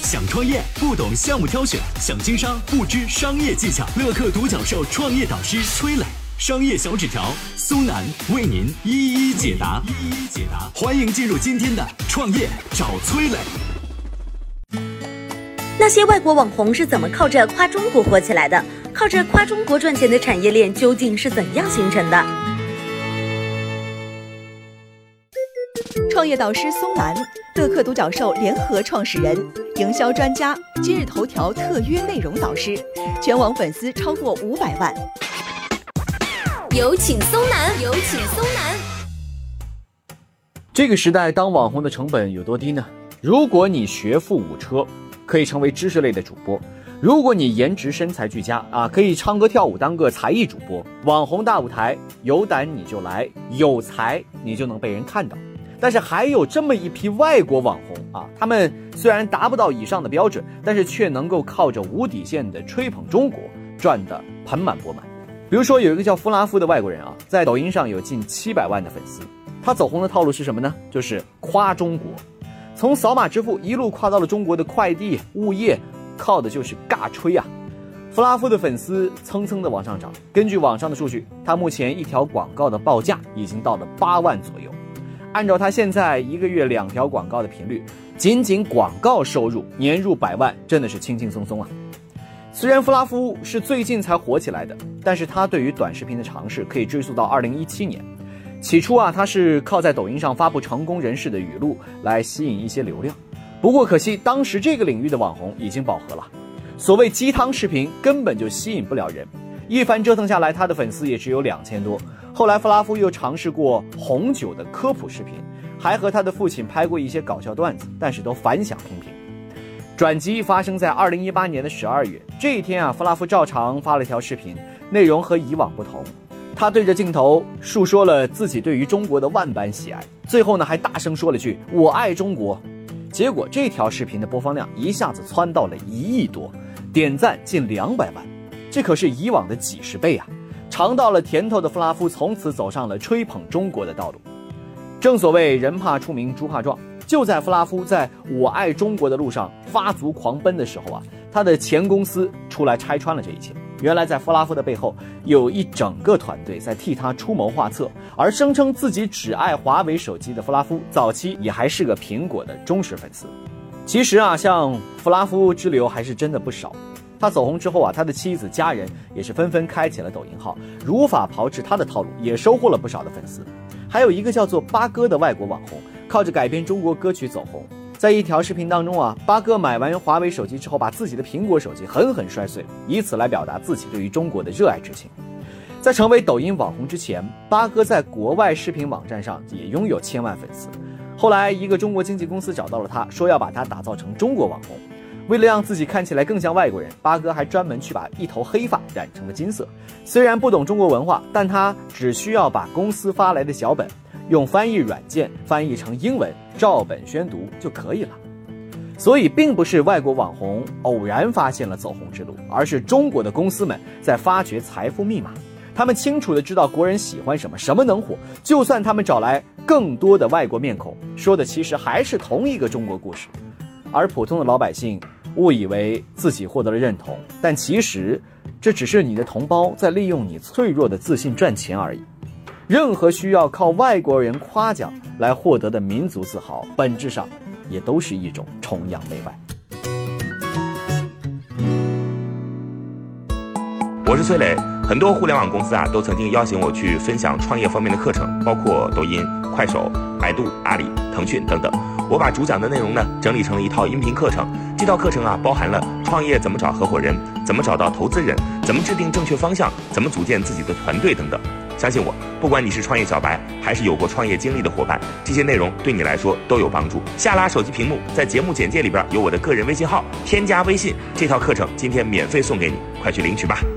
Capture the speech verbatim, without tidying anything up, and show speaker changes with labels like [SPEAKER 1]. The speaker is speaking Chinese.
[SPEAKER 1] 想创业不懂项目挑选，想经商不知商业技巧。乐客独角兽创业导师崔磊，商业小纸条苏南为您一一解答。一一解答，欢迎进入今天的创业找崔磊。
[SPEAKER 2] 那些外国网红是怎么靠着夸中国火起来的？靠着夸中国赚钱的产业链究竟是怎样形成的？
[SPEAKER 3] 创业导师松南，乐客独角兽联合创始人，营销专家，今日头条特约内容导师，全网粉丝超过五百万。
[SPEAKER 4] 有请松南，有请松南。
[SPEAKER 5] 这个时代，当网红的成本有多低呢？如果你学富五车，可以成为知识类的主播；如果你颜值身材俱佳啊，可以唱歌跳舞当个才艺主播。网红大舞台，有胆你就来，有才你就能被人看到。但是还有这么一批外国网红啊，他们虽然达不到以上的标准，但是却能够靠着无底线的吹捧中国赚得盆满钵满。比如说有一个叫弗拉夫的外国人啊，在抖音上有近七百万的粉丝。他走红的套路是什么呢？就是夸中国，从扫码支付一路夸到了中国的快递物业，靠的就是尬吹啊。弗拉夫的粉丝蹭蹭的往上涨，根据网上的数据，他目前一条广告的报价已经到了八万左右。按照他现在一个月两条广告的频率，仅仅广告收入年入百万，真的是轻轻松松啊。虽然弗拉夫是最近才火起来的，但是他对于短视频的尝试可以追溯到二零一七年。起初啊，他是靠在抖音上发布成功人士的语录来吸引一些流量。不过可惜，当时这个领域的网红已经饱和了，所谓鸡汤视频根本就吸引不了人。一番折腾下来，他的粉丝也只有两千多。后来弗拉夫又尝试过红酒的科普视频，还和他的父亲拍过一些搞笑段子，但是都反响平平。转机发生在二零一八年的十二月，这一天啊，弗拉夫照常发了一条视频，内容和以往不同。他对着镜头述说了自己对于中国的万般喜爱，最后呢还大声说了句“我爱中国”。结果这条视频的播放量一下子蹿到了一亿多，点赞近两百万，这可是以往的几十倍啊！尝到了甜头的弗拉夫从此走上了吹捧中国的道路。正所谓人怕出名猪怕壮，就在弗拉夫在我爱中国的路上发足狂奔的时候啊，他的前公司出来拆穿了这一切。原来在弗拉夫的背后有一整个团队在替他出谋划策，而声称自己只爱华为手机的弗拉夫早期也还是个苹果的忠实粉丝。其实啊，像弗拉夫之流还是真的不少。他走红之后啊，他的妻子家人也是纷纷开启了抖音号，如法炮制他的套路，也收获了不少的粉丝。还有一个叫做八哥的外国网红，靠着改编中国歌曲走红。在一条视频当中啊，八哥买完华为手机之后，把自己的苹果手机狠狠摔碎，以此来表达自己对于中国的热爱之情。在成为抖音网红之前，八哥在国外视频网站上也拥有千万粉丝。后来一个中国经纪公司找到了他，说要把他打造成中国网红。为了让自己看起来更像外国人，八哥还专门去把一头黑发染成了金色。虽然不懂中国文化，但他只需要把公司发来的脚本用翻译软件翻译成英文，照本宣读就可以了。所以并不是外国网红偶然发现了走红之路，而是中国的公司们在发掘财富密码。他们清楚地知道国人喜欢什么，什么能火，就算他们找来更多的外国面孔，说的其实还是同一个中国故事。而普通的老百姓误以为自己获得了认同，但其实这只是你的同胞在利用你脆弱的自信赚钱而已。任何需要靠外国人夸奖来获得的民族自豪，本质上也都是一种崇洋媚外。
[SPEAKER 6] 我是崔磊，很多互联网公司啊都曾经邀请我去分享创业方面的课程，包括抖音、快手、百度、阿里、腾讯等等。我把主讲的内容呢整理成了一套音频课程，这套课程啊包含了创业怎么找合伙人，怎么找到投资人，怎么制定正确方向，怎么组建自己的团队等等。相信我，不管你是创业小白还是有过创业经历的伙伴，这些内容对你来说都有帮助。下拉手机屏幕，在节目简介里边有我的个人微信号，添加微信，这套课程今天免费送给你，快去领取吧。